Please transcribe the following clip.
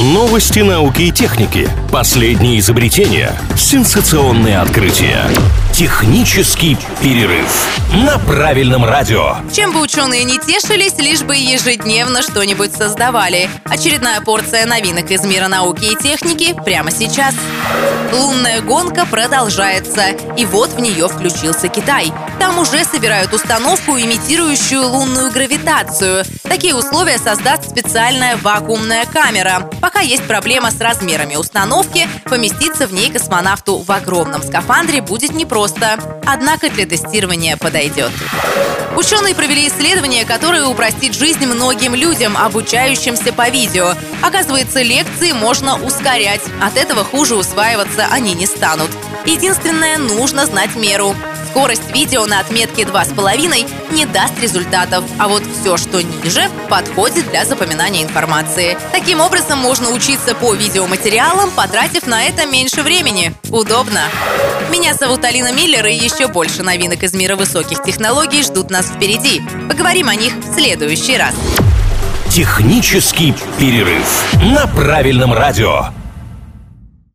Новости науки и техники. Последние изобретения. Сенсационные открытия. Технический перерыв на правильном радио. Чем бы ученые не тешились, лишь бы ежедневно что-нибудь создавали. Очередная порция новинок из мира науки и техники прямо сейчас. Лунная гонка продолжается. И вот в нее включился Китай. Там уже собирают установку, имитирующую лунную гравитацию. Такие условия создаст специальная вакуумная камера. Пока есть проблема с размерами установки, поместиться в ней космонавту в огромном скафандре будет непросто. Однако для тестирования подойдет. Ученые провели исследование, которое упростит жизнь многим людям, обучающимся по видео. Оказывается, лекции можно ускорять. От этого хуже усваиваться они не станут. Единственное, нужно знать меру. Скорость видео на отметке 2,5 не даст результатов, а вот все, что ниже, подходит для запоминания информации. Таким образом, можно учиться по видеоматериалам, потратив на это меньше времени. Удобно. Меня зовут Алина Миллер, и еще больше новинок из мира высоких технологий ждут нас впереди. Поговорим о них в следующий раз. Технический перерыв на правильном радио.